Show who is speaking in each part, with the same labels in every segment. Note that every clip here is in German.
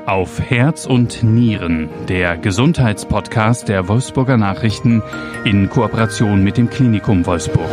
Speaker 1: Auf Herz und Nieren, der Gesundheitspodcast der Wolfsburger Nachrichten in Kooperation mit dem Klinikum Wolfsburg.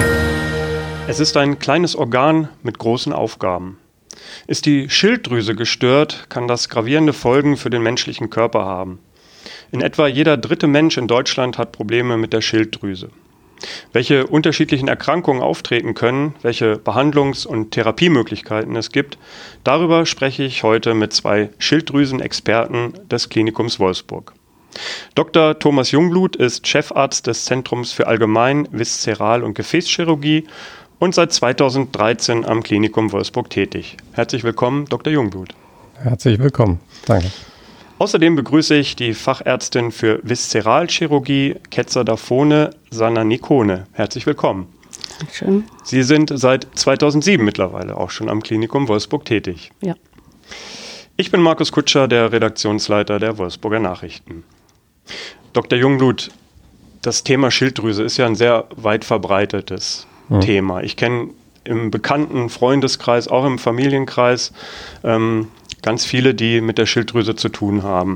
Speaker 2: Es ist ein kleines Organ mit großen Aufgaben. Ist die Schilddrüse gestört, kann das gravierende Folgen für den menschlichen Körper haben. In etwa jeder dritte Mensch in Deutschland hat Probleme mit der Schilddrüse. Welche unterschiedlichen Erkrankungen auftreten können, welche Behandlungs- und Therapiemöglichkeiten es gibt, darüber spreche ich heute mit zwei Schilddrüsenexperten des Klinikums Wolfsburg. Dr. Thomas Jungblut ist Chefarzt des Zentrums für Allgemein-, Viszeral- und Gefäßchirurgie und seit 2013 am Klinikum Wolfsburg tätig. Herzlich willkommen, Dr. Jungblut.
Speaker 3: Herzlich willkommen. Danke.
Speaker 2: Außerdem begrüße ich die Fachärztin für Viszeralchirurgie, Ketzer Dafone, Sanna Nikone. Herzlich willkommen.
Speaker 4: Schön.
Speaker 2: Sie sind seit 2007 mittlerweile auch schon am Klinikum Wolfsburg tätig.
Speaker 4: Ja.
Speaker 2: Ich bin Markus Kutscher, der Redaktionsleiter der Wolfsburger Nachrichten. Dr. Jungblut, das Thema Schilddrüse ist ja ein sehr weit verbreitetes Thema. Ich kenne im bekannten Freundeskreis, auch im Familienkreis, ganz viele, die mit der Schilddrüse zu tun haben.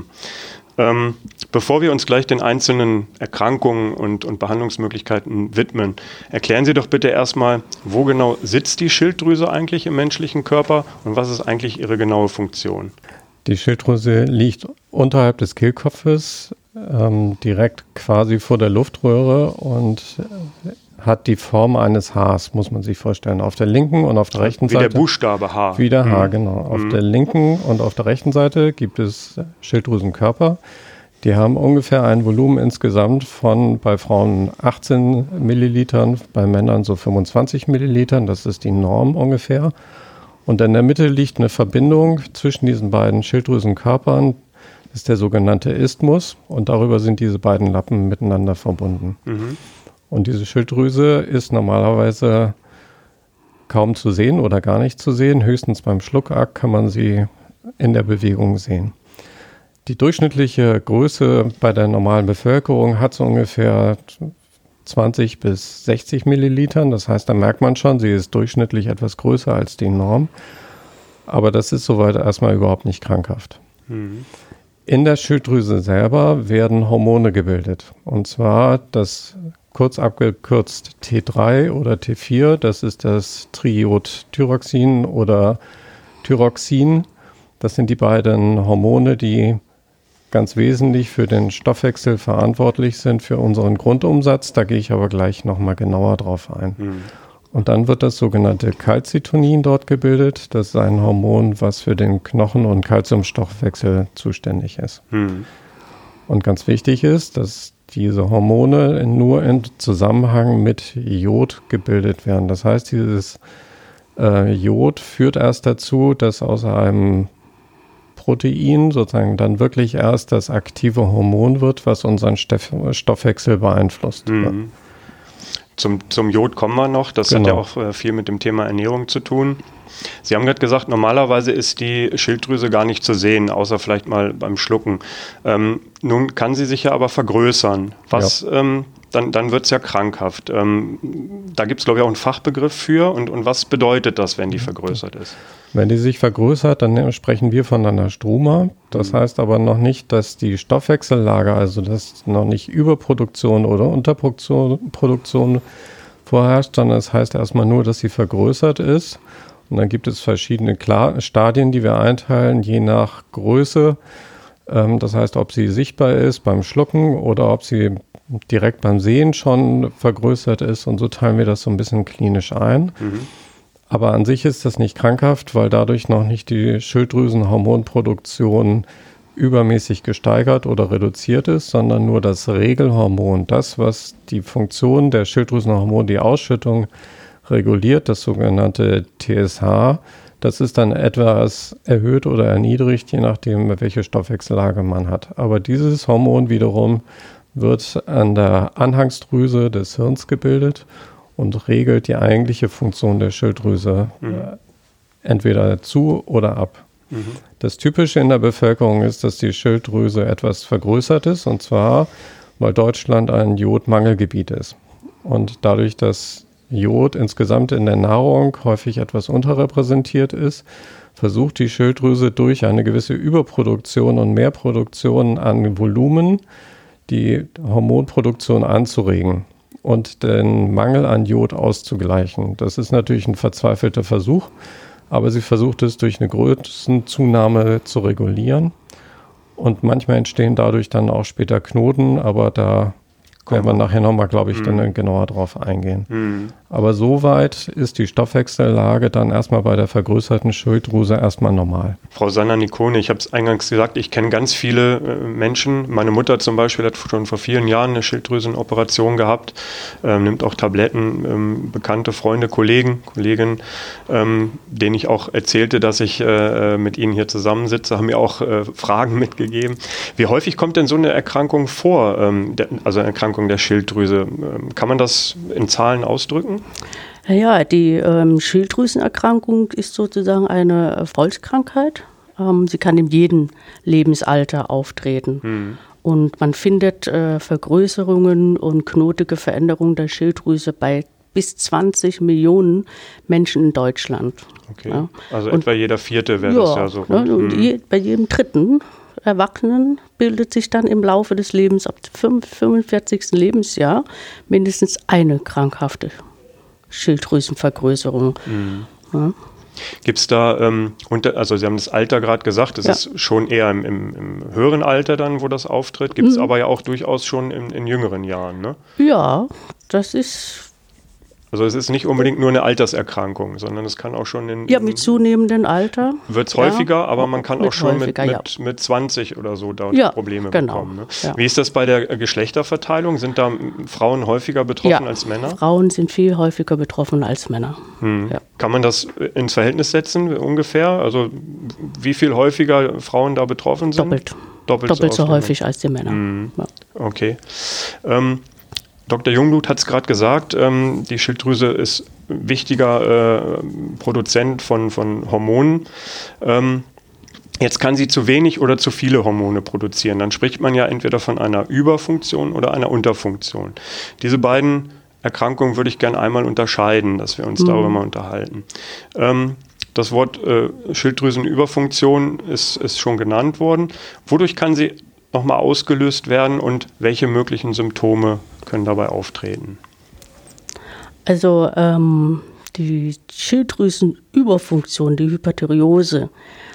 Speaker 2: Bevor wir uns gleich den einzelnen Erkrankungen und Behandlungsmöglichkeiten widmen, erklären Sie doch bitte erstmal, wo genau sitzt die Schilddrüse eigentlich im menschlichen Körper und was ist eigentlich ihre genaue Funktion?
Speaker 3: Die Schilddrüse liegt unterhalb des Kehlkopfes, direkt quasi vor der Luftröhre und hat die Form eines Hs, muss man sich vorstellen. Auf der linken und auf der rechten Seite.
Speaker 2: Wie der Buchstabe H.
Speaker 3: Wie der H, genau. Auf der linken und auf der rechten Seite gibt es Schilddrüsenkörper. Die haben ungefähr ein Volumen insgesamt von bei Frauen 18 Millilitern, bei Männern so 25 Millilitern. Das ist die Norm ungefähr. Und in der Mitte liegt eine Verbindung zwischen diesen beiden Schilddrüsenkörpern. Das ist der sogenannte Isthmus. Und darüber sind diese beiden Lappen miteinander verbunden. Und diese Schilddrüse ist normalerweise kaum zu sehen oder gar nicht zu sehen. Höchstens beim Schluckakt kann man sie in der Bewegung sehen. Die durchschnittliche Größe bei der normalen Bevölkerung hat so ungefähr 20 bis 60 Millilitern. Das heißt, da merkt man schon, sie ist durchschnittlich etwas größer als die Norm. Aber das ist soweit erstmal überhaupt nicht krankhaft. In der Schilddrüse selber werden Hormone gebildet. Und zwar das kurz abgekürzt T3 oder T4, das ist das Triiodthyroxin oder Thyroxin. Das sind die beiden Hormone, die ganz wesentlich für den Stoffwechsel verantwortlich sind, für unseren Grundumsatz. Da gehe ich aber gleich nochmal genauer drauf ein. Und dann wird das sogenannte Calcitonin dort gebildet. Das ist ein Hormon, was für den Knochen- und Calciumstoffwechsel zuständig ist. Und ganz wichtig ist, dass diese Hormone nur in Zusammenhang mit Jod gebildet werden. Das heißt, dieses Jod führt erst dazu, dass aus einem Protein sozusagen dann wirklich erst das aktive Hormon wird, was unseren Stoffwechsel beeinflusst.
Speaker 2: Zum Jod kommen wir noch. Das hat ja auch viel mit dem Thema Ernährung zu tun. Sie haben gerade gesagt, normalerweise ist die Schilddrüse gar nicht zu sehen, außer vielleicht mal beim Schlucken. Nun kann sie sich ja aber vergrößern. Dann wird es ja krankhaft. Da gibt es, glaube ich, auch einen Fachbegriff für. Und was bedeutet das, wenn die vergrößert ist? Wenn
Speaker 3: die sich vergrößert, dann sprechen wir von einer Struma. Das heißt aber noch nicht, dass die Stoffwechsellage, also dass noch nicht Überproduktion oder Unterproduktion vorherrscht, sondern es heißt erstmal nur, dass sie vergrößert ist. Und dann gibt es verschiedene Stadien, die wir einteilen, je nach Größe. Das heißt, ob sie sichtbar ist beim Schlucken oder ob sie direkt beim Sehen schon vergrößert ist. Und so teilen wir das so ein bisschen klinisch ein. Aber an sich ist das nicht krankhaft, weil dadurch noch nicht die Schilddrüsenhormonproduktion übermäßig gesteigert oder reduziert ist, sondern nur das Regelhormon, das, was die Funktion der Schilddrüsenhormone, die Ausschüttung reguliert, das sogenannte TSH, das ist dann etwas erhöht oder erniedrigt, je nachdem, welche Stoffwechsellage man hat. Aber dieses Hormon wiederum wird an der Anhangsdrüse des Hirns gebildet und regelt die eigentliche Funktion der Schilddrüse entweder zu oder ab. Das Typische in der Bevölkerung ist, dass die Schilddrüse etwas vergrößert ist, und zwar, weil Deutschland ein Jodmangelgebiet ist. Und dadurch, dass Jod insgesamt in der Nahrung häufig etwas unterrepräsentiert ist, versucht die Schilddrüse durch eine gewisse Überproduktion und Mehrproduktion an Volumen die Hormonproduktion anzuregen und den Mangel an Jod auszugleichen. Das ist natürlich ein verzweifelter Versuch, aber sie versucht es durch eine Größenzunahme zu regulieren. Und manchmal entstehen dadurch dann auch später Knoten, aber da werden wir nachher nochmal, glaube ich, dann genauer drauf eingehen. Aber soweit ist die Stoffwechsellage dann erstmal bei der vergrößerten Schilddrüse erstmal normal.
Speaker 2: Frau Sanna-Nikone, ich habe es eingangs gesagt, ich kenne ganz viele Menschen. Meine Mutter zum Beispiel hat schon vor vielen Jahren eine Schilddrüsenoperation gehabt, nimmt auch Tabletten, bekannte Freunde, Kolleginnen, denen ich auch erzählte, dass ich mit ihnen hier zusammensitze, haben mir auch Fragen mitgegeben. Wie häufig kommt denn so eine Erkrankung vor, also eine Erkrankung der Schilddrüse? Kann man das in Zahlen ausdrücken?
Speaker 4: Ja, die Schilddrüsenerkrankung ist sozusagen eine Volkskrankheit. Sie kann in jedem Lebensalter auftreten. Und man findet Vergrößerungen und knotige Veränderungen der Schilddrüse bei bis 20 Millionen Menschen in Deutschland.
Speaker 2: Okay, ja. Also etwa jeder Vierte wäre das ja so.
Speaker 4: Und bei jedem Dritten Erwachsenen bildet sich dann im Laufe des Lebens ab dem 45. Lebensjahr mindestens eine krankhafte Schilddrüsenvergrößerung. Ja.
Speaker 2: Gibt es da, also Sie haben das Alter gerade gesagt, das ist schon eher im höheren Alter dann, wo das auftritt, gibt es aber ja auch durchaus schon in jüngeren Jahren, ne?
Speaker 4: Ja, das ist...
Speaker 2: Also es ist nicht unbedingt nur eine Alterserkrankung, sondern es kann auch schon
Speaker 4: mit zunehmendem Alter.
Speaker 2: Wird es häufiger, aber man kann auch schon mit 20 oder so da Probleme bekommen. Ne? Ja. Wie ist das bei der Geschlechterverteilung? Sind da Frauen häufiger betroffen als Männer?
Speaker 4: Frauen sind viel häufiger betroffen als Männer.
Speaker 2: Ja. Kann man das ins Verhältnis setzen ungefähr? Also wie viel häufiger Frauen da betroffen sind?
Speaker 4: Doppelt so häufig als die Männer.
Speaker 2: Ja. Okay. Dr. Jungblut hat es gerade gesagt, die Schilddrüse ist ein wichtiger Produzent von Hormonen. Jetzt kann sie zu wenig oder zu viele Hormone produzieren. Dann spricht man ja entweder von einer Überfunktion oder einer Unterfunktion. Diese beiden Erkrankungen würde ich gerne einmal unterscheiden, dass wir uns darüber mal unterhalten. Das Wort Schilddrüsenüberfunktion ist schon genannt worden. Wodurch kann sie nochmal ausgelöst werden und welche möglichen Symptome können dabei auftreten?
Speaker 4: Also die Schilddrüsenüberfunktion, die Hyperthyreose,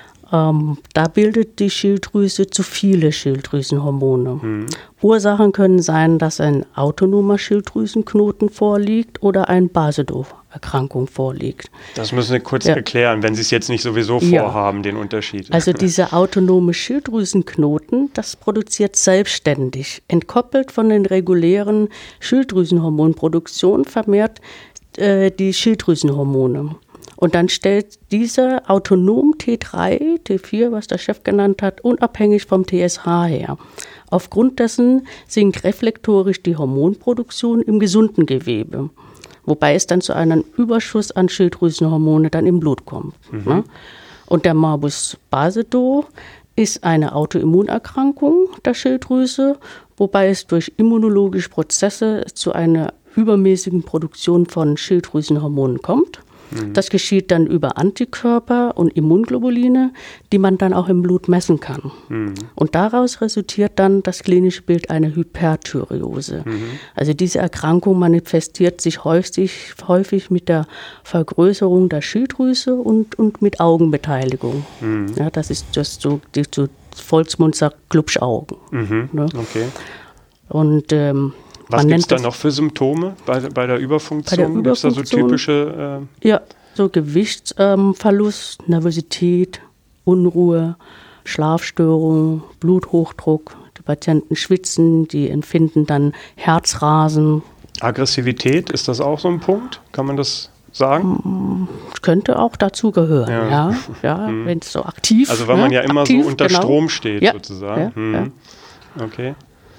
Speaker 4: da bildet die Schilddrüse zu viele Schilddrüsenhormone. Ursachen können sein, dass ein autonomer Schilddrüsenknoten vorliegt oder eine Basedow-Erkrankung vorliegt.
Speaker 2: Das müssen Sie kurz erklären, wenn Sie es jetzt nicht sowieso vorhaben, den Unterschied.
Speaker 4: Also dieser autonome Schilddrüsenknoten, das produziert selbstständig, entkoppelt von den regulären Schilddrüsenhormonproduktionen, vermehrt die Schilddrüsenhormone. Und dann stellt dieser autonom T3, T4, was der Chef genannt hat, unabhängig vom TSH her. Aufgrund dessen sinkt reflektorisch die Hormonproduktion im gesunden Gewebe, wobei es dann zu einem Überschuss an Schilddrüsenhormone dann im Blut kommt. Ne? Und der Morbus Basedow ist eine Autoimmunerkrankung der Schilddrüse, wobei es durch immunologische Prozesse zu einer übermäßigen Produktion von Schilddrüsenhormonen kommt. Das geschieht dann über Antikörper und Immunglobuline, die man dann auch im Blut messen kann. Und daraus resultiert dann das klinische Bild einer Hyperthyreose. Also diese Erkrankung manifestiert sich häufig mit der Vergrößerung der Schilddrüse und mit Augenbeteiligung. Ja, das ist das so, die Volksmund sagt Glubschaugen. Ne?
Speaker 2: Okay.
Speaker 4: Und
Speaker 2: was gibt es da noch für Symptome bei der Überfunktion? Gibt es da so typische?
Speaker 4: So Gewichtsverlust, Nervosität, Unruhe, Schlafstörungen, Bluthochdruck. Die Patienten schwitzen, die empfinden dann Herzrasen.
Speaker 2: Aggressivität, ist das auch so ein Punkt? Kann man das sagen?
Speaker 4: Könnte auch dazu gehören, wenn es so aktiv ist.
Speaker 2: Also weil man ja immer so unter Strom steht sozusagen. Okay.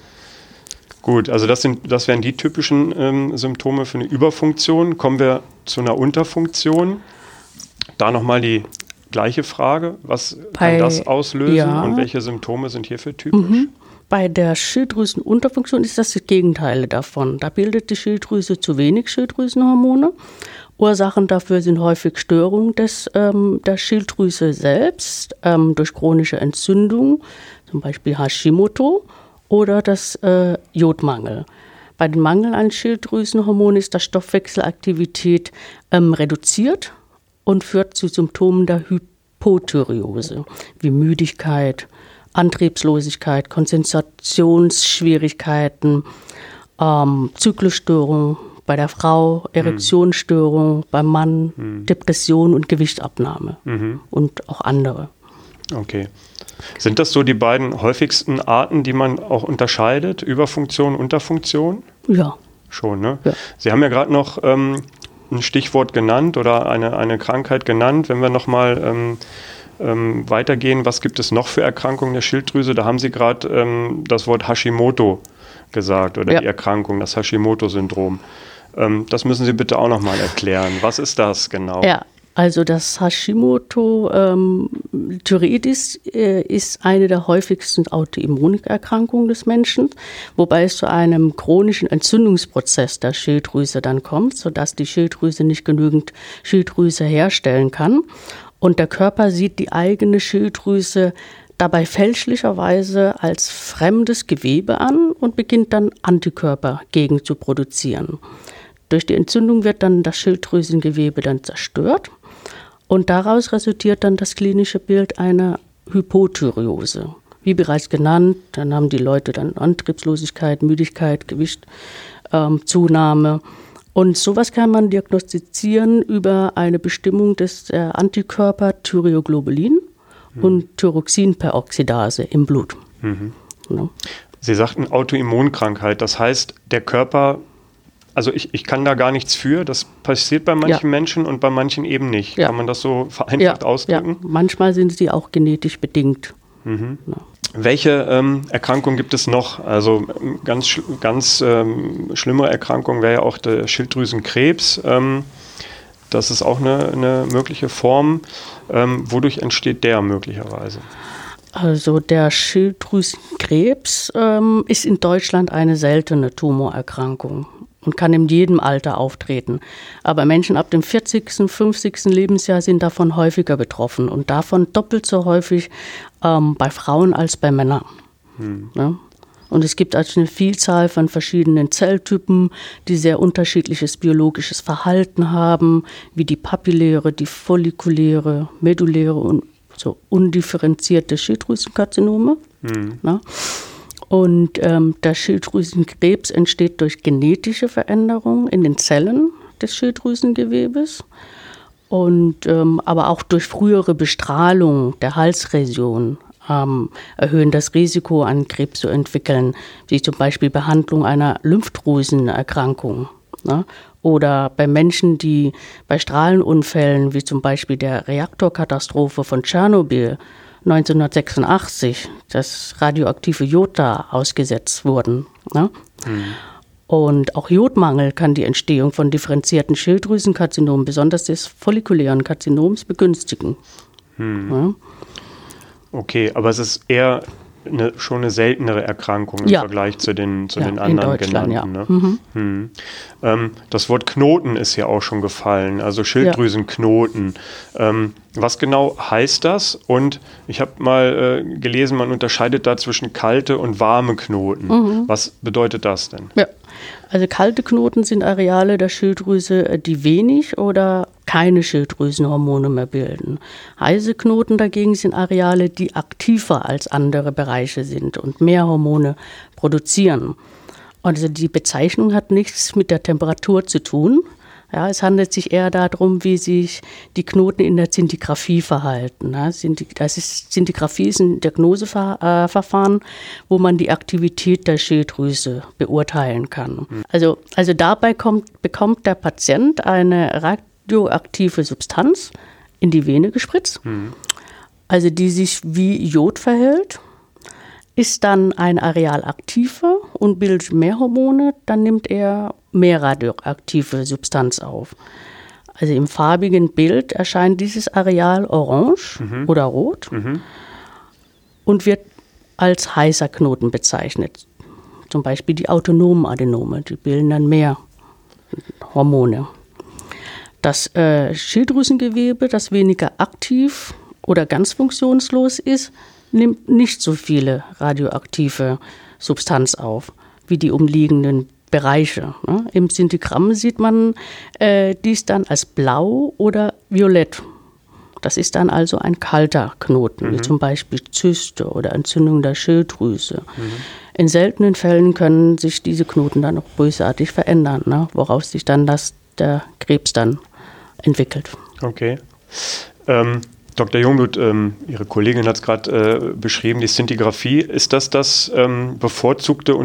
Speaker 2: Gut, also das wären die typischen Symptome für eine Überfunktion. Kommen wir zu einer Unterfunktion. Da nochmal die gleiche Frage. Was kann das auslösen und welche Symptome sind hierfür typisch?
Speaker 4: Bei der Schilddrüsenunterfunktion ist das Gegenteil davon. Da bildet die Schilddrüse zu wenig Schilddrüsenhormone Ursachen dafür sind häufig Störungen der Schilddrüse selbst durch chronische Entzündung, zum Beispiel Hashimoto, oder das Jodmangel. Bei dem Mangel an Schilddrüsenhormonen ist die Stoffwechselaktivität reduziert und führt zu Symptomen der Hypothyreose, wie Müdigkeit, Antriebslosigkeit, Konzentrationsschwierigkeiten, Zyklusstörungen bei der Frau, Erektionsstörungen beim Mann, Depression und Gewichtsabnahme und auch andere.
Speaker 2: Okay. Sind das so die beiden häufigsten Arten, die man auch unterscheidet? Überfunktion, Unterfunktion?
Speaker 4: Ja.
Speaker 2: Schon, ne?
Speaker 4: Ja.
Speaker 2: Sie haben ja gerade noch ein Stichwort genannt oder eine Krankheit genannt. Wenn wir nochmal weitergehen, was gibt es noch für Erkrankungen der Schilddrüse? Da haben Sie gerade das Wort Hashimoto gesagt oder die Erkrankung, das Hashimoto-Syndrom. Das müssen Sie bitte auch nochmal erklären. Was ist das genau?
Speaker 4: Ja, also das Hashimoto-Thyreoiditis ist eine der häufigsten Autoimmunerkrankungen des Menschen, wobei es zu einem chronischen Entzündungsprozess der Schilddrüse dann kommt, sodass die Schilddrüse nicht genügend Schilddrüse herstellen kann. Und der Körper sieht die eigene Schilddrüse dabei fälschlicherweise als fremdes Gewebe an und beginnt dann Antikörper gegen zu produzieren. Durch die Entzündung wird dann das Schilddrüsengewebe dann zerstört und daraus resultiert dann das klinische Bild einer Hypothyreose. Wie bereits genannt, dann haben die Leute dann Antriebslosigkeit, Müdigkeit, Gewichtszunahme. Und sowas kann man diagnostizieren über eine Bestimmung des Antikörper Thyroglobulin und Thyroxinperoxidase im Blut. Ja.
Speaker 2: Sie sagten Autoimmunkrankheit, das heißt, der Körper, also ich kann da gar nichts für, das passiert bei manchen Menschen und bei manchen eben nicht. Kann man das so vereinfacht ausdrücken?
Speaker 4: Ja, manchmal sind sie auch genetisch bedingt. Ja.
Speaker 2: Welche Erkrankungen gibt es noch? Also ganz schlimme Erkrankung wäre ja auch der Schilddrüsenkrebs. Das ist auch eine mögliche Form. Wodurch entsteht der möglicherweise?
Speaker 4: Also der Schilddrüsenkrebs ist in Deutschland eine seltene Tumorerkrankung und kann in jedem Alter auftreten. Aber Menschen ab dem 40., 50. Lebensjahr sind davon häufiger betroffen und davon doppelt so häufig bei Frauen als bei Männern. Ja? Und es gibt also eine Vielzahl von verschiedenen Zelltypen, die sehr unterschiedliches biologisches Verhalten haben, wie die papilläre, die follikuläre, medulläre und so undifferenzierte Schilddrüsenkarzinome. Ja? Und der Schilddrüsenkrebs entsteht durch genetische Veränderungen in den Zellen des Schilddrüsengewebes und aber auch durch frühere Bestrahlung der Halsregion erhöhen das Risiko, an Krebs zu entwickeln, wie zum Beispiel Behandlung einer Lymphdrüsenerkrankung. Ne? Oder bei Menschen, die bei Strahlenunfällen, wie zum Beispiel der Reaktorkatastrophe von Tschernobyl 1986, das radioaktive Jod da ausgesetzt wurden. Ne? Und auch Jodmangel kann die Entstehung von differenzierten Schilddrüsenkarzinomen, besonders des follikulären Karzinoms, begünstigen. Ja?
Speaker 2: Okay, aber es ist eher schon eine seltenere Erkrankung im Vergleich zu den anderen genannten. Ne? Das Wort Knoten ist ja auch schon gefallen, also Schilddrüsenknoten. Was genau heißt das? Und ich habe mal gelesen, man unterscheidet da zwischen kalte und warme Knoten. Was bedeutet das denn?
Speaker 4: Ja, also kalte Knoten sind Areale der Schilddrüse, die wenig oder keine Schilddrüsenhormone mehr bilden. Heiße Knoten dagegen sind Areale, die aktiver als andere Bereiche sind und mehr Hormone produzieren. Also die Bezeichnung hat nichts mit der Temperatur zu tun. Ja, es handelt sich eher darum, wie sich die Knoten in der Zintigraphie verhalten. Ja, Zintigraphie ist ein Diagnoseverfahren, wo man die Aktivität der Schilddrüse beurteilen kann. Also dabei bekommt der Patient eine radioaktive Substanz in die Vene gespritzt, also die sich wie Jod verhält. Ist dann ein Areal aktiver und bildet mehr Hormone, dann nimmt er mehr radioaktive Substanz auf. Also im farbigen Bild erscheint dieses Areal orange oder rot und wird als heißer Knoten bezeichnet. Zum Beispiel die autonomen Adenome, die bilden dann mehr Hormone. Das Schilddrüsengewebe, das weniger aktiv oder ganz funktionslos ist, nimmt nicht so viele radioaktive Substanz auf wie die umliegenden Bereiche. Ne? Im Sintigramm sieht man dies dann als blau oder violett. Das ist dann also ein kalter Knoten, wie zum Beispiel Zyste oder Entzündung der Schilddrüse. In seltenen Fällen können sich diese Knoten dann auch bösartig verändern, ne? Woraus sich dann der Krebs dann entwickelt.
Speaker 2: Okay. Dr. Jungblut, Ihre Kollegin hat es gerade beschrieben, die Szintigraphie. Ist das bevorzugte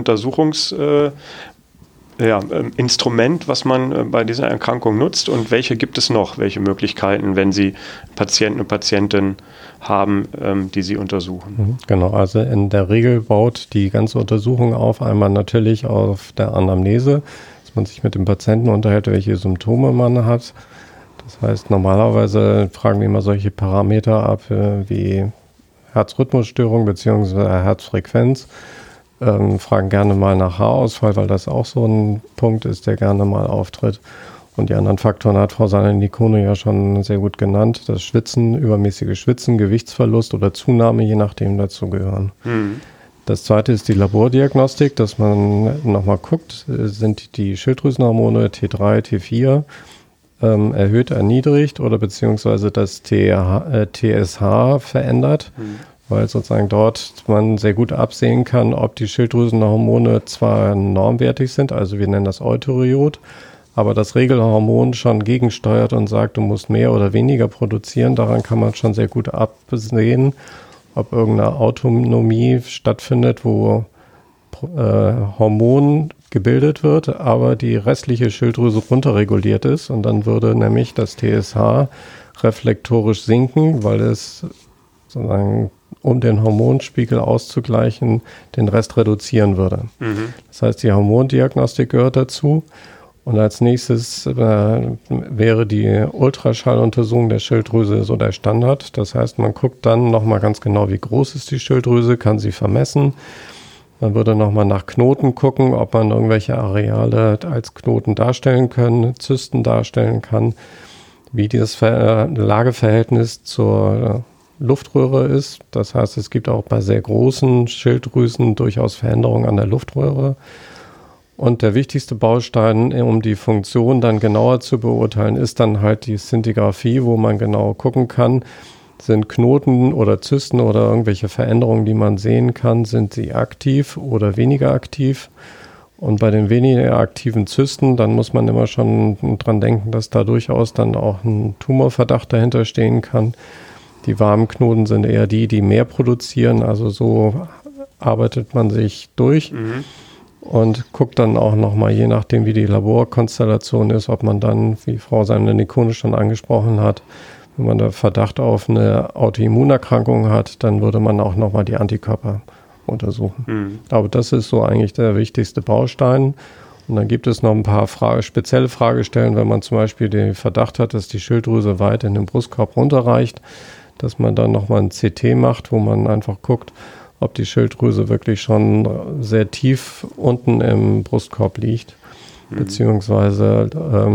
Speaker 2: Instrument, was man bei dieser Erkrankung nutzt? Und welche gibt es noch? Welche Möglichkeiten, wenn Sie Patienten und Patientinnen haben, die Sie untersuchen?
Speaker 3: Genau, also in der Regel baut die ganze Untersuchung auf, einmal natürlich auf der Anamnese, dass man sich mit dem Patienten unterhält, welche Symptome man hat. Das heißt, normalerweise fragen wir immer solche Parameter ab wie Herzrhythmusstörung bzw. Herzfrequenz. Fragen gerne mal nach Haarausfall, weil das auch so ein Punkt ist, der gerne mal auftritt. Und die anderen Faktoren hat Frau Sahne-Nicone ja schon sehr gut genannt. Das Schwitzen, übermäßiges Schwitzen, Gewichtsverlust oder Zunahme, je nachdem dazu gehören. Das zweite ist die Labordiagnostik, dass man nochmal guckt, sind die Schilddrüsenhormone T3, T4 erhöht, erniedrigt oder beziehungsweise das TSH verändert, weil sozusagen dort man sehr gut absehen kann, ob die Schilddrüsenhormone zwar normwertig sind, also wir nennen das Eutyroiod, aber das Regelhormon schon gegensteuert und sagt, du musst mehr oder weniger produzieren. Daran kann man schon sehr gut absehen, ob irgendeine Autonomie stattfindet, wo Hormon gebildet wird, aber die restliche Schilddrüse runterreguliert ist. Und dann würde nämlich das TSH reflektorisch sinken, weil es sozusagen, um den Hormonspiegel auszugleichen, den Rest reduzieren würde. Das heißt, die Hormondiagnostik gehört dazu. Und als nächstes wäre die Ultraschalluntersuchung der Schilddrüse so der Standard. Das heißt, man guckt dann nochmal ganz genau, wie groß ist die Schilddrüse, kann sie vermessen. Man würde nochmal nach Knoten gucken, ob man irgendwelche Areale als Knoten darstellen können, Zysten darstellen kann, wie dieses Lageverhältnis zur Luftröhre ist. Das heißt, es gibt auch bei sehr großen Schilddrüsen durchaus Veränderungen an der Luftröhre. Und der wichtigste Baustein, um die Funktion dann genauer zu beurteilen, ist dann halt die Szintigraphie, wo man genau gucken kann, sind Knoten oder Zysten oder irgendwelche Veränderungen, die man sehen kann, sind sie aktiv oder weniger aktiv? Und bei den weniger aktiven Zysten, dann muss man immer schon dran denken, dass da durchaus dann auch ein Tumorverdacht dahinter stehen kann. Die warmen Knoten sind eher die mehr produzieren, also so arbeitet man sich durch. Und guckt dann auch nochmal, je nachdem wie die Laborkonstellation ist, ob man dann, wie Frau Sahne-Nicone schon angesprochen hat, wenn man da Verdacht auf eine Autoimmunerkrankung hat, dann würde man auch nochmal die Antikörper untersuchen. Aber das ist so eigentlich der wichtigste Baustein. Und dann gibt es noch ein paar spezielle Fragestellen, wenn man zum Beispiel den Verdacht hat, dass die Schilddrüse weit in den Brustkorb runterreicht, dass man dann nochmal ein CT macht, wo man einfach guckt, ob die Schilddrüse wirklich schon sehr tief unten im Brustkorb liegt, beziehungsweise,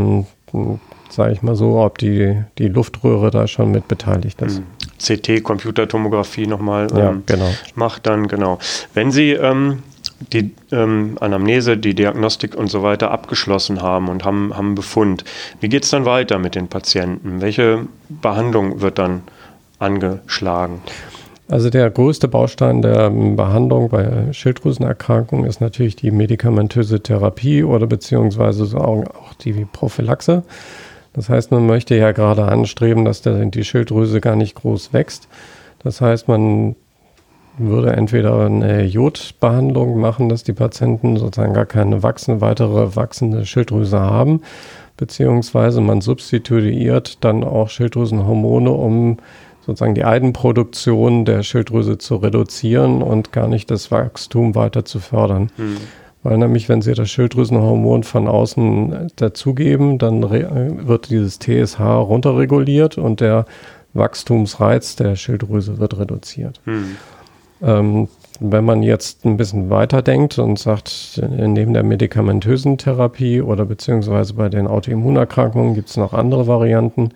Speaker 3: sage ich mal so, ob die Luftröhre da schon mit beteiligt ist.
Speaker 2: CT, Computertomographie nochmal
Speaker 3: genau.
Speaker 2: Macht dann, genau. Wenn Sie die Anamnese, die Diagnostik und so weiter abgeschlossen haben und haben einen Befund, wie geht es dann weiter mit den Patienten? Welche Behandlung wird dann angeschlagen?
Speaker 3: Also der größte Baustein der Behandlung bei Schilddrüsenerkrankungen ist natürlich die medikamentöse Therapie oder beziehungsweise auch die Prophylaxe. Das heißt, man möchte ja gerade anstreben, dass die Schilddrüse gar nicht groß wächst. Das heißt, man würde entweder eine Jodbehandlung machen, dass die Patienten sozusagen gar keine weitere wachsende Schilddrüse haben, beziehungsweise man substituiert dann auch Schilddrüsenhormone, um sozusagen die Eigenproduktion der Schilddrüse zu reduzieren und gar nicht das Wachstum weiter zu fördern. Weil nämlich, wenn Sie das Schilddrüsenhormon von außen dazugeben, dann wird dieses TSH runterreguliert und der Wachstumsreiz der Schilddrüse wird reduziert. wenn man jetzt ein bisschen weiter denkt und sagt, neben der medikamentösen Therapie oder beziehungsweise bei den Autoimmunerkrankungen gibt es noch andere Varianten,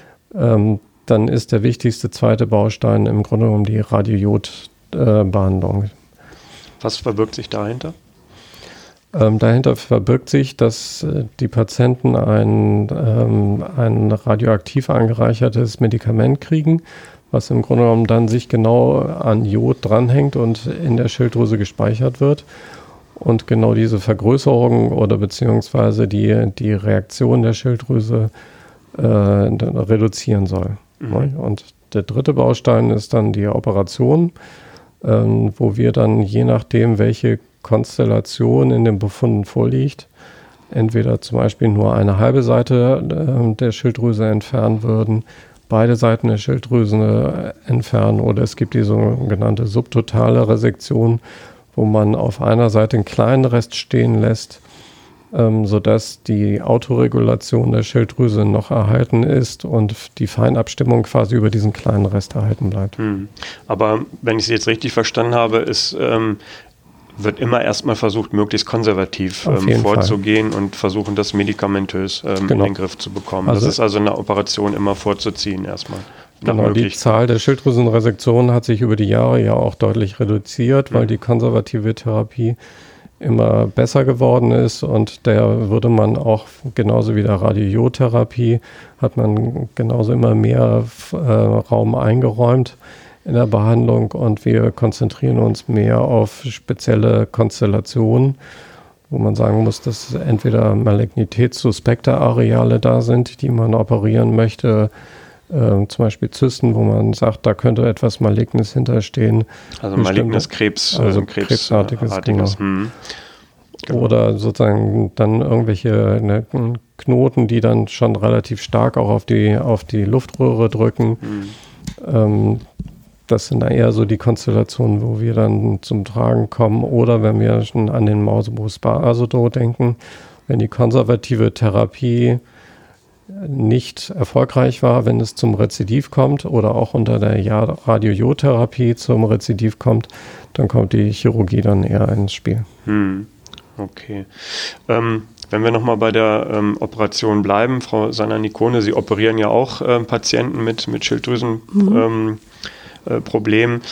Speaker 3: dann ist der wichtigste zweite Baustein im Grunde genommen die Radiodbehandlung.
Speaker 2: Was verbirgt sich dahinter?
Speaker 3: Dahinter verbirgt sich, dass die Patienten ein radioaktiv angereichertes Medikament kriegen, was im Grunde genommen dann sich genau an Jod dranhängt und in der Schilddrüse gespeichert wird und genau diese Vergrößerung oder beziehungsweise die Reaktion der Schilddrüse reduzieren soll. Mhm. Und der dritte Baustein ist dann die Operation, wo wir dann je nachdem, welche Konstellation in den Befunden vorliegt, entweder zum Beispiel nur eine halbe Seite der Schilddrüse entfernen würden, beide Seiten der Schilddrüse entfernen oder es gibt die sogenannte subtotale Resektion, wo man auf einer Seite einen kleinen Rest stehen lässt, sodass die Autoregulation der Schilddrüse noch erhalten ist und die Feinabstimmung quasi über diesen kleinen Rest erhalten bleibt.
Speaker 2: Aber wenn ich Sie jetzt richtig verstanden habe, wird immer erstmal versucht, möglichst konservativ vorzugehen und versuchen, das medikamentös in den Griff zu bekommen. Also, das ist also eine Operation immer vorzuziehen erstmal.
Speaker 3: Genau, die Zahl der Schilddrüsenresektionen hat sich über die Jahre ja auch deutlich reduziert, weil die konservative Therapie immer besser geworden ist und der würde man auch genauso wie der Radiotherapie hat man genauso immer mehr Raum eingeräumt in der Behandlung und wir konzentrieren uns mehr auf spezielle Konstellationen, wo man sagen muss, dass entweder malignitätssuspekte Areale da sind, die man operieren möchte, zum Beispiel Zysten, wo man sagt, da könnte etwas Malignes hinterstehen.
Speaker 2: Also malignes Krebs,
Speaker 3: also Krebsartiges. Genau. Oder sozusagen dann irgendwelche Knoten, die dann schon relativ stark auch auf die Luftröhre drücken. Das sind eher so die Konstellationen, wo wir dann zum Tragen kommen. Oder wenn wir schon an den Mausebus Basedow denken, wenn die konservative Therapie nicht erfolgreich war, wenn es zum Rezidiv kommt oder auch unter der Radiojodtherapie zum Rezidiv kommt, dann kommt die Chirurgie dann eher ins Spiel.
Speaker 2: Okay. Wenn wir nochmal bei der Operation bleiben, Frau Sanna-Nicone, Sie operieren ja auch Patienten mit Schilddrüsenproblemen.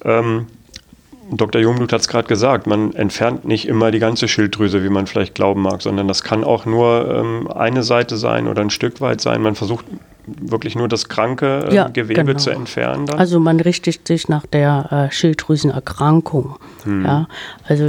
Speaker 2: Dr. Jungblut hat es gerade gesagt, man entfernt nicht immer die ganze Schilddrüse, wie man vielleicht glauben mag, sondern das kann auch nur eine Seite sein oder ein Stück weit sein. Man versucht wirklich nur das kranke Gewebe zu entfernen. Dann.
Speaker 4: Also man richtet sich nach der Schilddrüsenerkrankung. Ja? Also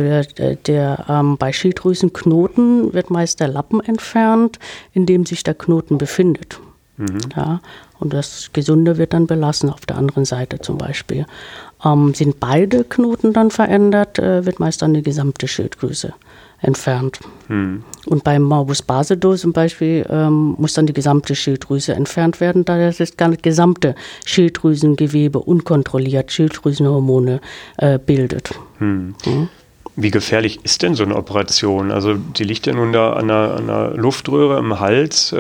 Speaker 4: bei Schilddrüsenknoten wird meist der Lappen entfernt, in dem sich der Knoten befindet. Ja? Und das Gesunde wird dann belassen auf der anderen Seite zum Beispiel. Sind beide Knoten dann verändert, wird meist dann die gesamte Schilddrüse entfernt. Und beim Morbus Basedow zum Beispiel muss dann die gesamte Schilddrüse entfernt werden, da das gesamte Schilddrüsengewebe unkontrolliert Schilddrüsenhormone bildet.
Speaker 2: Wie gefährlich ist denn so eine Operation? Also die liegt ja nun da an einer Luftröhre im Hals.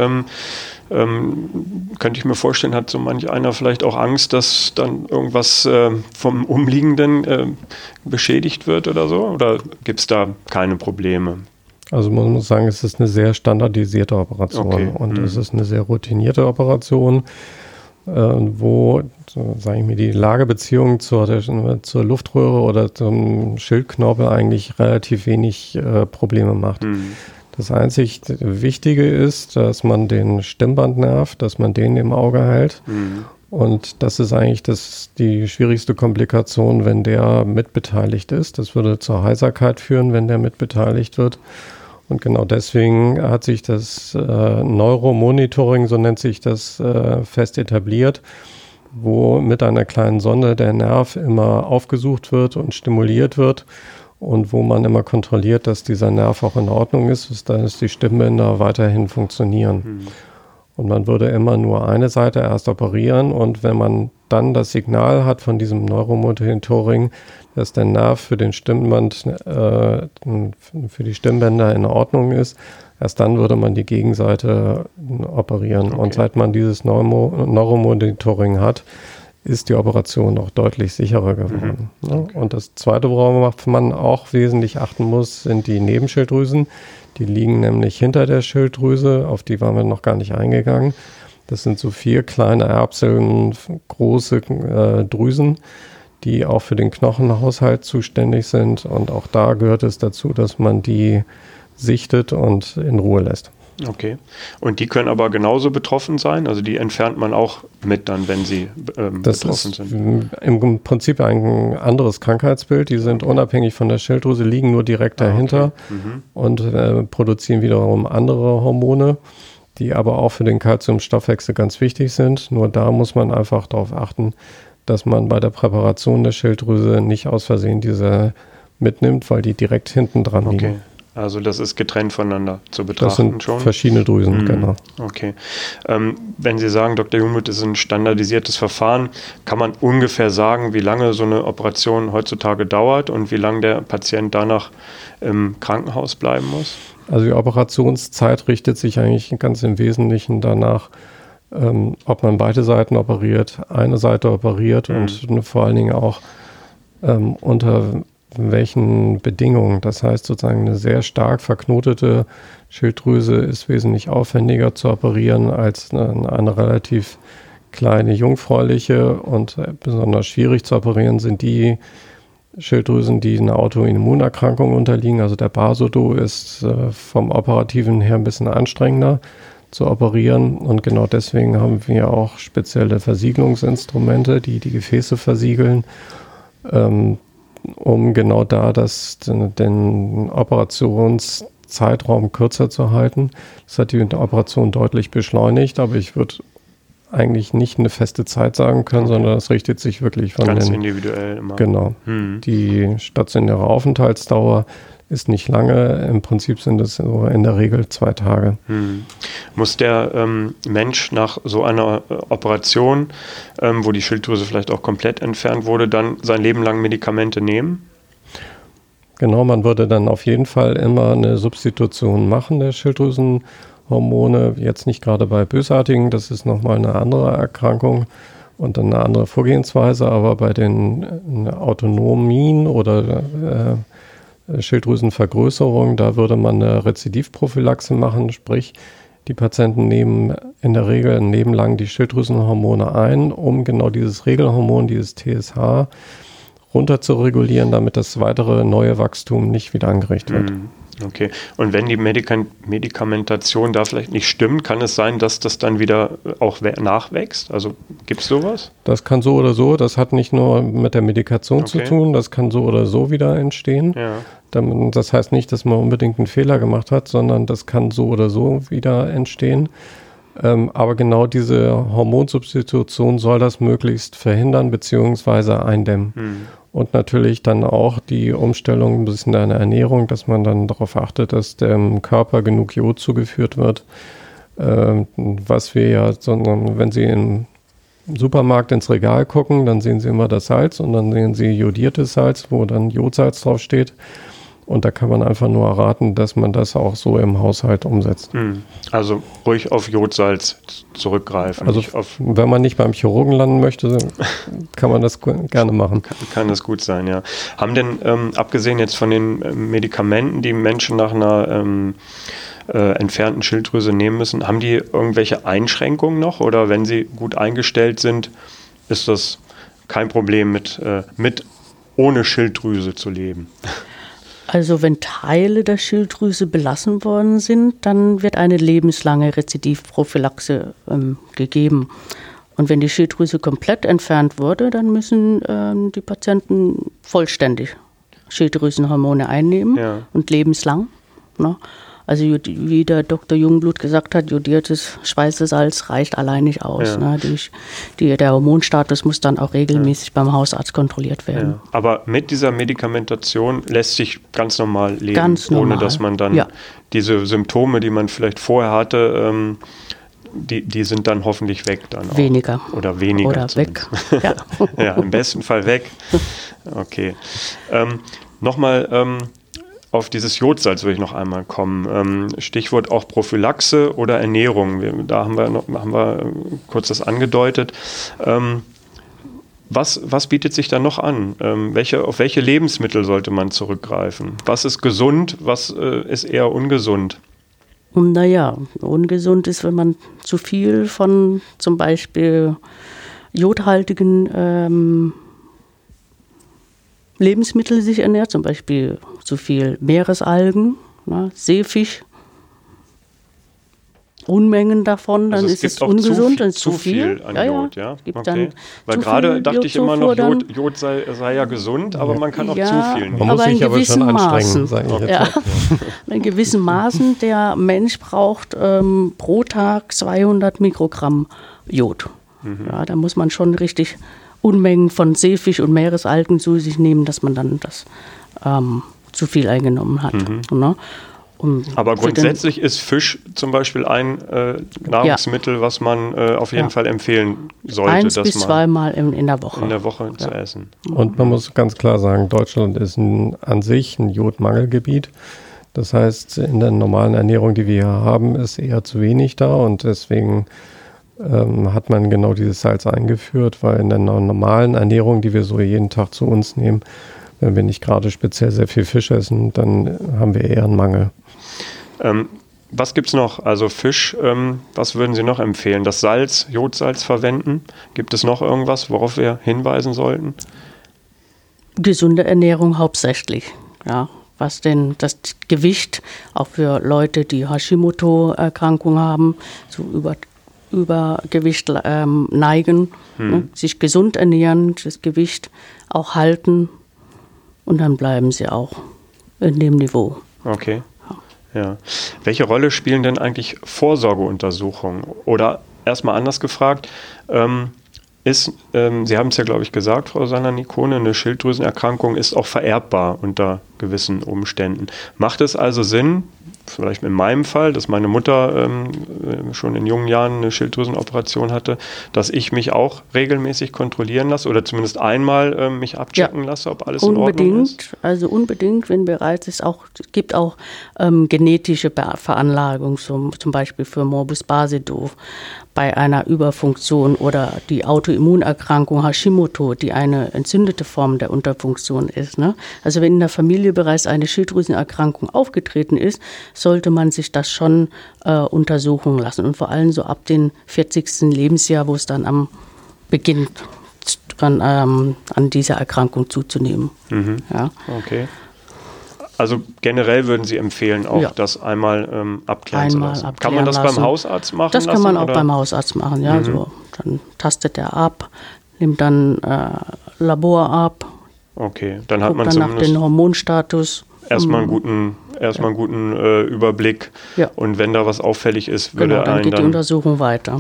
Speaker 2: Könnte ich mir vorstellen, hat so manch einer vielleicht auch Angst, dass dann irgendwas vom Umliegenden beschädigt wird oder so? Oder gibt es da keine Probleme?
Speaker 3: Also man muss sagen, es ist eine sehr standardisierte Operation und es ist eine sehr routinierte Operation, wo, sage ich mir, die Lagebeziehung zur Luftröhre oder zum Schildknorpel eigentlich relativ wenig Probleme macht. Das einzig Wichtige ist, dass man den Stimmbandnerv, dass man den im Auge hält. Und das ist eigentlich die schwierigste Komplikation, wenn der mitbeteiligt ist. Das würde zur Heiserkeit führen, wenn der mitbeteiligt wird. Und genau deswegen hat sich das Neuromonitoring, so nennt sich das, fest etabliert, wo mit einer kleinen Sonde der Nerv immer aufgesucht wird und stimuliert wird. Und wo man immer kontrolliert, dass dieser Nerv auch in Ordnung ist, dass die Stimmbänder weiterhin funktionieren. Und man würde immer nur eine Seite erst operieren und wenn man dann das Signal hat von diesem Neuromonitoring, dass der Nerv für den Stimmband, für die Stimmbänder in Ordnung ist, erst dann würde man die Gegenseite operieren. Und seit man dieses Neuromonitoring hat, ist die Operation auch deutlich sicherer geworden. Okay. Und das Zweite, worauf man auch wesentlich achten muss, sind die Nebenschilddrüsen. Die liegen nämlich hinter der Schilddrüse, auf die waren wir noch gar nicht eingegangen. Das sind so 4 kleine Erbsen, große Drüsen, die auch für den Knochenhaushalt zuständig sind. Und auch da gehört es dazu, dass man die sichtet und in Ruhe lässt.
Speaker 2: Okay. Und die können aber genauso betroffen sein? Also die entfernt man auch mit dann, wenn sie betroffen sind? Das ist
Speaker 3: im Prinzip ein anderes Krankheitsbild. Die sind unabhängig von der Schilddrüse, liegen nur direkt dahinter und produzieren wiederum andere Hormone, die aber auch für den Calciumstoffwechsel ganz wichtig sind. Nur da muss man einfach darauf achten, dass man bei der Präparation der Schilddrüse nicht aus Versehen diese mitnimmt, weil die direkt hinten dran liegen.
Speaker 2: Also das ist getrennt voneinander zu betrachten.
Speaker 3: Das sind schon verschiedene Drüsen, genau.
Speaker 2: Okay. Wenn Sie sagen, Dr. Jungmuth, das ist ein standardisiertes Verfahren, kann man ungefähr sagen, wie lange so eine Operation heutzutage dauert und wie lange der Patient danach im Krankenhaus bleiben muss?
Speaker 3: Also die Operationszeit richtet sich eigentlich ganz im Wesentlichen danach, ob man beide Seiten operiert, eine Seite operiert und vor allen Dingen auch unter welchen Bedingungen. Das heißt sozusagen eine sehr stark verknotete Schilddrüse ist wesentlich aufwendiger zu operieren als eine relativ kleine jungfräuliche, und besonders schwierig zu operieren sind die Schilddrüsen, die eine Autoimmunerkrankung unterliegen. Also der Basodo ist vom Operativen her ein bisschen anstrengender zu operieren, und genau deswegen haben wir auch spezielle Versiegelungsinstrumente, die die Gefäße versiegeln, um genau da den Operationszeitraum kürzer zu halten. Das hat die Operation deutlich beschleunigt, aber ich würde eigentlich nicht eine feste Zeit sagen können, sondern das richtet sich wirklich von
Speaker 2: ganz individuell immer.
Speaker 3: Genau. Die stationäre Aufenthaltsdauer ist nicht lange. Im Prinzip sind es so in der Regel 2 Tage.
Speaker 2: Muss der Mensch nach so einer Operation, wo die Schilddrüse vielleicht auch komplett entfernt wurde, dann sein Leben lang Medikamente nehmen?
Speaker 3: Genau, man würde dann auf jeden Fall immer eine Substitution machen der Schilddrüsenhormone. Jetzt nicht gerade bei Bösartigen, das ist nochmal eine andere Erkrankung und dann eine andere Vorgehensweise, aber bei den Autonomien oder Schilddrüsenvergrößerung, da würde man eine Rezidivprophylaxe machen, sprich die Patienten nehmen in der Regel ein Leben lang die Schilddrüsenhormone ein, um genau dieses Regelhormon, dieses TSH, runter zu regulieren, damit das weitere neue Wachstum nicht wieder angeregt wird.
Speaker 2: Okay. Und wenn die Medikamentation da vielleicht nicht stimmt, kann es sein, dass das dann wieder auch nachwächst? Also gibt es sowas?
Speaker 3: Das kann so oder so. Das hat nicht nur mit der Medikation zu tun, das kann so oder so wieder entstehen.
Speaker 2: Ja.
Speaker 3: Das heißt nicht, dass man unbedingt einen Fehler gemacht hat, sondern das kann so oder so wieder entstehen. Aber genau diese Hormonsubstitution soll das möglichst verhindern bzw. eindämmen. Und natürlich dann auch die Umstellung ein bisschen der Ernährung, dass man dann darauf achtet, dass dem Körper genug Jod zugeführt wird. Was wir ja, sondern wenn Sie im Supermarkt ins Regal gucken, dann sehen Sie immer das Salz und dann sehen Sie jodiertes Salz, wo dann Jodsalz draufsteht. Und da kann man einfach nur erraten, dass man das auch so im Haushalt umsetzt.
Speaker 2: Also ruhig auf Jodsalz zurückgreifen.
Speaker 3: Also wenn man nicht beim Chirurgen landen möchte, kann man das gerne machen.
Speaker 2: Kann das gut sein, ja. Haben denn, abgesehen jetzt von den Medikamenten, die Menschen nach einer entfernten Schilddrüse nehmen müssen, haben die irgendwelche Einschränkungen noch? Oder wenn sie gut eingestellt sind, ist das kein Problem mit ohne Schilddrüse zu leben?
Speaker 4: Also wenn Teile der Schilddrüse belassen worden sind, dann wird eine lebenslange Rezidivprophylaxe gegeben. Und wenn die Schilddrüse komplett entfernt wurde, dann müssen die Patienten vollständig Schilddrüsenhormone einnehmen und lebenslang. Ne? Also wie der Dr. Jungblut gesagt hat, jodiertes Speisesalz reicht allein nicht aus. Ne? Der Hormonstatus muss dann auch regelmäßig beim Hausarzt kontrolliert werden.
Speaker 2: Aber mit dieser Medikamentation lässt sich ganz normal leben,
Speaker 4: ohne
Speaker 2: dass man dann diese Symptome, die man vielleicht vorher hatte, die sind dann hoffentlich weg. Dann auch.
Speaker 4: Weniger.
Speaker 2: Oder weniger.
Speaker 4: Oder weg.
Speaker 2: Ja, im besten Fall weg. Okay. Nochmal auf dieses Jodsalz will ich noch einmal kommen. Stichwort auch Prophylaxe oder Ernährung. Da haben wir kurz das angedeutet. Was bietet sich da noch an? Auf welche Lebensmittel sollte man zurückgreifen? Was ist gesund, was ist eher ungesund?
Speaker 4: Naja, ungesund ist, wenn man zu viel von zum Beispiel jodhaltigen Lebensmitteln sich ernährt, zum Beispiel zu viel Meeresalgen, Seefisch, Unmengen davon, dann ist es ungesund, dann ist
Speaker 2: zu viel an Jod, ja? Okay. Weil gerade dachte ich immer noch, Jod sei ja gesund, aber man kann auch zu viel nehmen.
Speaker 3: Man muss sich aber schon anstrengen, sage ich jetzt.
Speaker 4: In gewissen Maßen, der Mensch braucht pro Tag 200 Mikrogramm Jod. Ja, da muss man schon richtig Unmengen von Seefisch und Meeresalgen zu sich nehmen, dass man dann das zu viel eingenommen hat. Ne?
Speaker 2: Aber grundsätzlich ist Fisch zum Beispiel ein Nahrungsmittel, was man auf jeden Fall empfehlen sollte.
Speaker 4: 1 bis 2 Mal in der Woche.
Speaker 2: In der Woche zu essen.
Speaker 3: Und man muss ganz klar sagen, Deutschland ist an sich ein Jodmangelgebiet. Das heißt, in der normalen Ernährung, die wir hier haben, ist eher zu wenig da und deswegen hat man genau dieses Salz eingeführt, weil in der normalen Ernährung, die wir so jeden Tag zu uns nehmen, wenn wir nicht gerade speziell sehr viel Fisch essen, dann haben wir eher einen Mangel.
Speaker 2: Was gibt es noch? Also Fisch, was würden Sie noch empfehlen? Das Salz, Jodsalz verwenden? Gibt es noch irgendwas, worauf wir hinweisen sollten?
Speaker 4: Gesunde Ernährung hauptsächlich, ja. Was denn das Gewicht auch für Leute, die Hashimoto-Erkrankung haben, so Übergewicht neigen, sich gesund ernähren, das Gewicht auch halten und dann bleiben sie auch in dem Niveau.
Speaker 2: Okay. Ja. Welche Rolle spielen denn eigentlich Vorsorgeuntersuchungen? Oder erstmal anders gefragt, Sie haben es ja, glaube ich, gesagt, Frau Sanna-Nikone, eine Schilddrüsenerkrankung ist auch vererbbar unter gewissen Umständen. Macht es also Sinn, vielleicht in meinem Fall, dass meine Mutter schon in jungen Jahren eine Schilddrüsenoperation hatte, dass ich mich auch regelmäßig kontrollieren lasse oder zumindest einmal mich abchecken lasse, ob alles in Ordnung ist?
Speaker 4: Also unbedingt, wenn bereit ist. Es gibt auch genetische Veranlagung, zum Beispiel für Morbus Basedow bei einer Überfunktion oder die Autoimmunerkrankung Hashimoto, die eine entzündete Form der Unterfunktion ist. Ne? Also wenn in der Familie bereits eine Schilddrüsenerkrankung aufgetreten ist, sollte man sich das schon untersuchen lassen. Und vor allem so ab dem 40. Lebensjahr, wo es dann beginnt, an dieser Erkrankung zuzunehmen. Ja.
Speaker 2: Okay. Also generell würden Sie empfehlen, auch das einmal abklären zu lassen. Kann man das beim Hausarzt machen?
Speaker 4: Das kann man auch beim Hausarzt machen, ja. So, dann tastet er ab, nimmt dann Labor ab.
Speaker 2: Okay, dann hat man
Speaker 4: dann nach den Hormonstatus.
Speaker 2: Erstmal einen guten Überblick. Ja. Und wenn da was auffällig ist, würde er einen
Speaker 4: geht die Untersuchung weiter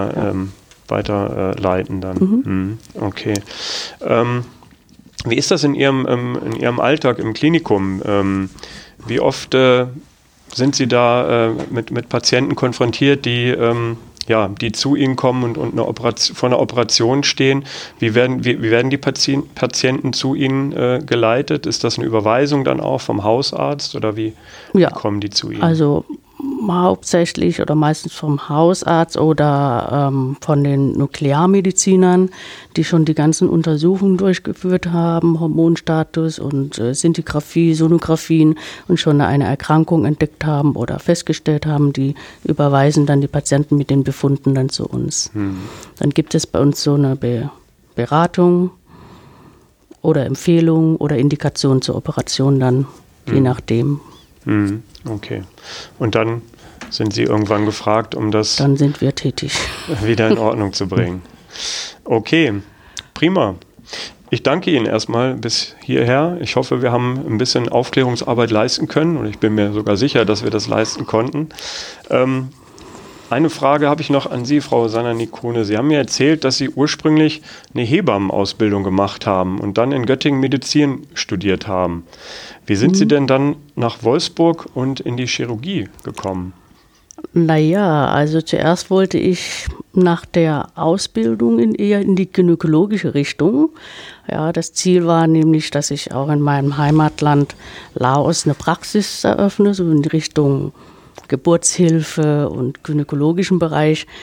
Speaker 2: leiten dann. Okay. Wie ist das in Ihrem Alltag im Klinikum? Wie oft sind Sie da mit Patienten konfrontiert, die zu Ihnen kommen und vor einer Operation stehen? Wie werden die Patienten zu Ihnen geleitet? Ist das eine Überweisung dann auch vom Hausarzt oder wie kommen die zu Ihnen?
Speaker 4: Also hauptsächlich oder meistens vom Hausarzt oder von den Nuklearmedizinern, die schon die ganzen Untersuchungen durchgeführt haben, Hormonstatus und Sintigraphie, Sonographien und schon eine Erkrankung entdeckt haben oder festgestellt haben, die überweisen dann die Patienten mit den Befunden dann zu uns. Dann gibt es bei uns so eine Beratung oder Empfehlung oder Indikation zur Operation dann, je nachdem.
Speaker 2: Okay. Und dann sind Sie irgendwann gefragt, um das
Speaker 4: dann sind wir tätig.
Speaker 2: Wieder in Ordnung zu bringen. Okay, prima. Ich danke Ihnen erstmal bis hierher. Ich hoffe, wir haben ein bisschen Aufklärungsarbeit leisten können und ich bin mir sogar sicher, dass wir das leisten konnten. Eine Frage habe ich noch an Sie, Frau Sanna-Nikone. Sie haben mir erzählt, dass Sie ursprünglich eine Hebammenausbildung gemacht haben und dann in Göttingen Medizin studiert haben. Wie sind Sie denn dann nach Wolfsburg und in die Chirurgie gekommen?
Speaker 4: Naja, also zuerst wollte ich nach der Ausbildung eher in die gynäkologische Richtung. Ja, das Ziel war nämlich, dass ich auch in meinem Heimatland Laos eine Praxis eröffne, so in die Richtung Geburtshilfe und gynäkologischen Bereich.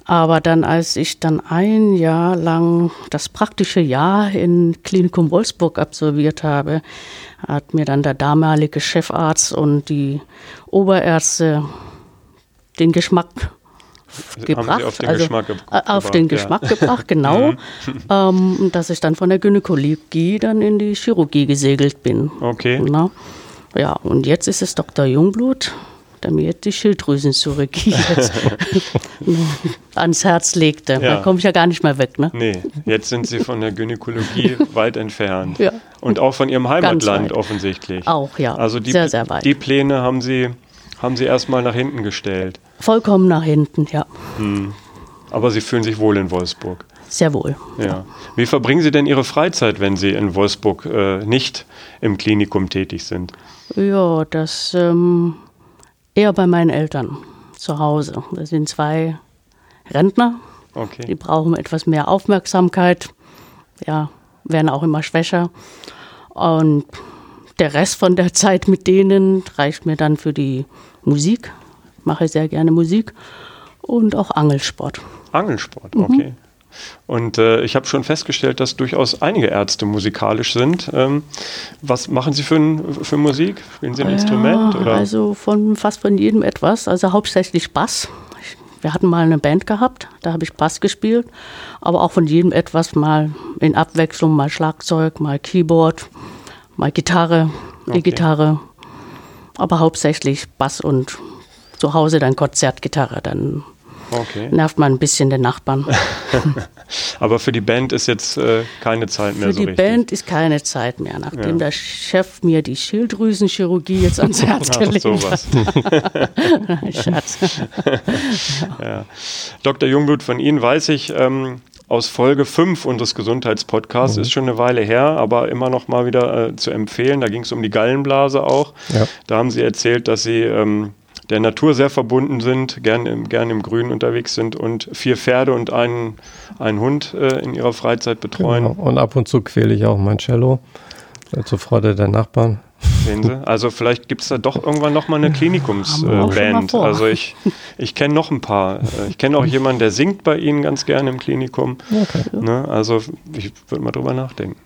Speaker 4: Aber dann, als ich dann ein Jahr lang das praktische Jahr in Klinikum Wolfsburg absolviert habe, hat mir dann der damalige Chefarzt und die Oberärzte den Geschmack gebracht. Auf den Geschmack gebracht, genau. Dass ich dann von der Gynäkologie dann in die Chirurgie gesegelt bin.
Speaker 2: Okay.
Speaker 4: Na? Ja, und jetzt ist es Dr. Jungblut, der mir die Schilddrüsenchirurgie jetzt ans Herz legte.
Speaker 2: Ja.
Speaker 4: Da komme ich ja gar nicht mehr weg, ne?
Speaker 2: Nee, jetzt sind Sie von der Gynäkologie weit entfernt.
Speaker 4: Ja.
Speaker 2: Und auch von Ihrem Heimatland offensichtlich.
Speaker 4: Auch, ja.
Speaker 2: Also
Speaker 4: sehr, sehr weit.
Speaker 2: Die Pläne haben Sie erstmal nach hinten gestellt.
Speaker 4: Vollkommen nach hinten, ja.
Speaker 2: Aber Sie fühlen sich wohl in Wolfsburg.
Speaker 4: Sehr wohl.
Speaker 2: Ja. Wie verbringen Sie denn Ihre Freizeit, wenn Sie in Wolfsburg nicht im Klinikum tätig sind?
Speaker 4: Ja, das eher bei meinen Eltern zu Hause. Das sind 2 Rentner.
Speaker 2: Okay.
Speaker 4: Die brauchen etwas mehr Aufmerksamkeit. Ja, werden auch immer schwächer. Und der Rest von der Zeit mit denen reicht mir dann für die Musik. Mache sehr gerne Musik und auch Angelsport.
Speaker 2: Angelsport, okay. Und ich habe schon festgestellt, dass durchaus einige Ärzte musikalisch sind. Was machen Sie für Musik? Spielen Sie ein Instrument? Oder?
Speaker 4: Also fast von jedem etwas. Also hauptsächlich Bass. Wir hatten mal eine Band gehabt, da habe ich Bass gespielt. Aber auch von jedem etwas, mal in Abwechslung, mal Schlagzeug, mal Keyboard, mal Gitarre, E-Gitarre. Aber hauptsächlich Bass und zu Hause dann Konzertgitarre. Dann nervt man ein bisschen den Nachbarn.
Speaker 2: Aber für die Band ist jetzt keine Zeit mehr so richtig.
Speaker 4: Für die Band ist keine Zeit mehr, nachdem der Chef mir die Schilddrüsenchirurgie jetzt ans Herz gelegt hat. Schatz.
Speaker 2: Ja. Dr. Jungblut, von Ihnen weiß ich aus Folge 5 unseres Gesundheitspodcasts, ist schon eine Weile her, aber immer noch mal wieder zu empfehlen. Da ging es um die Gallenblase auch. Ja. Da haben Sie erzählt, dass Sie der Natur sehr verbunden sind, gern im Grün unterwegs sind und 4 Pferde und einen Hund in ihrer Freizeit betreuen.
Speaker 3: Genau. Und ab und zu quäle ich auch mein Cello zur Freude der Nachbarn.
Speaker 2: Sehen Sie? Also vielleicht gibt es da doch irgendwann noch mal eine Klinikumsband. Also ich kenne noch ein paar. Ich kenne auch jemanden, der singt bei Ihnen ganz gerne im Klinikum. Okay. Ne? Also ich würde mal drüber nachdenken.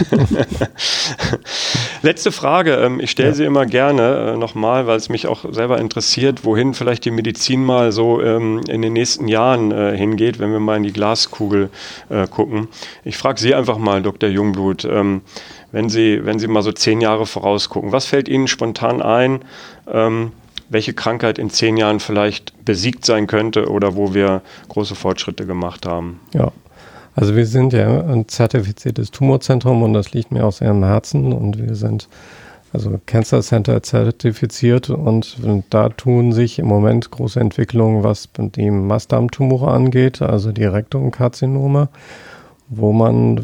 Speaker 2: Letzte Frage. Ich stelle sie immer gerne nochmal, weil es mich auch selber interessiert, wohin vielleicht die Medizin mal so in den nächsten Jahren hingeht, wenn wir mal in die Glaskugel gucken. Ich frage Sie einfach mal, Dr. Jungblut, wenn Sie mal so 10 Jahre vorausgucken, was fällt Ihnen spontan ein, welche Krankheit in 10 Jahren vielleicht besiegt sein könnte oder wo wir große Fortschritte gemacht haben?
Speaker 3: Ja, also wir sind ja ein zertifiziertes Tumorzentrum und das liegt mir auch sehr am Herzen und wir sind also Cancer Center zertifiziert und da tun sich im Moment große Entwicklungen, was die Mastdarmtumore angeht, also die Rektumkarzinome, wo man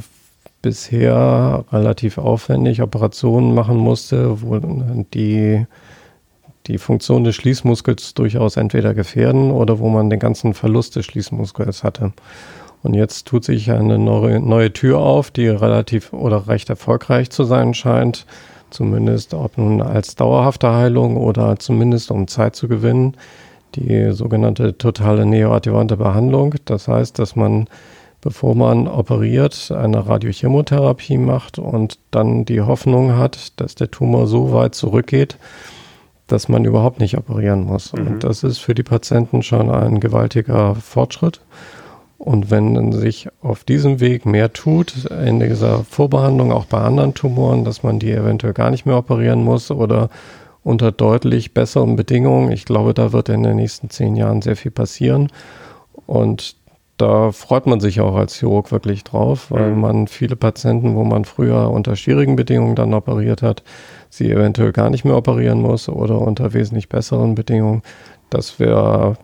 Speaker 3: bisher relativ aufwendig Operationen machen musste, wo die Funktion des Schließmuskels durchaus entweder gefährden oder wo man den ganzen Verlust des Schließmuskels hatte. Und jetzt tut sich eine neue Tür auf, die relativ oder recht erfolgreich zu sein scheint, zumindest ob nun als dauerhafte Heilung oder zumindest um Zeit zu gewinnen, die sogenannte totale neoadjuvante Behandlung. Das heißt, dass man, bevor man operiert, eine Radiochemotherapie macht und dann die Hoffnung hat, dass der Tumor so weit zurückgeht, dass man überhaupt nicht operieren muss. Und das ist für die Patienten schon ein gewaltiger Fortschritt. Und wenn sich auf diesem Weg mehr tut, in dieser Vorbehandlung auch bei anderen Tumoren, dass man die eventuell gar nicht mehr operieren muss oder unter deutlich besseren Bedingungen, ich glaube, da wird in den nächsten 10 Jahren sehr viel passieren. Und da freut man sich auch als Chirurg wirklich drauf, weil man viele Patienten, wo man früher unter schwierigen Bedingungen dann operiert hat, sie eventuell gar nicht mehr operieren muss oder unter wesentlich besseren Bedingungen. Das wird,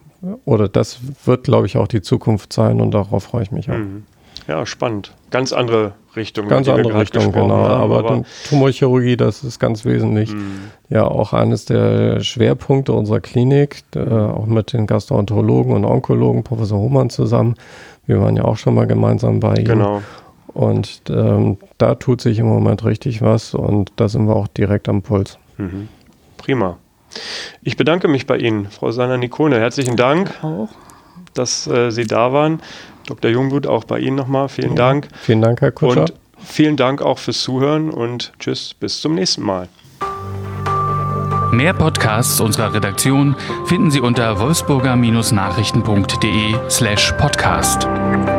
Speaker 3: glaube ich, auch die Zukunft sein und darauf freue ich mich auch.
Speaker 2: Ja, spannend. Ganz andere Richtung.
Speaker 3: Ganz andere Richtung, genau. Aber Tumorchirurgie, das ist ganz wesentlich. Ja, auch eines der Schwerpunkte unserer Klinik, auch mit den Gastroenterologen und Onkologen, Professor Hohmann zusammen. Wir waren ja auch schon mal gemeinsam bei ihm.
Speaker 2: Genau.
Speaker 3: Und da tut sich im Moment richtig was und da sind wir auch direkt am Puls.
Speaker 2: Prima. Ich bedanke mich bei Ihnen, Frau Sanna-Nikone. Herzlichen Dank.
Speaker 4: Auch.
Speaker 2: dass Sie da waren. Dr. Jungblut, auch bei Ihnen nochmal. Vielen Dank.
Speaker 3: Vielen Dank, Herr Kutscher.
Speaker 2: Und vielen Dank auch fürs Zuhören und tschüss, bis zum nächsten Mal.
Speaker 1: Mehr Podcasts unserer Redaktion finden Sie unter wolfsburger-nachrichten.de/podcast.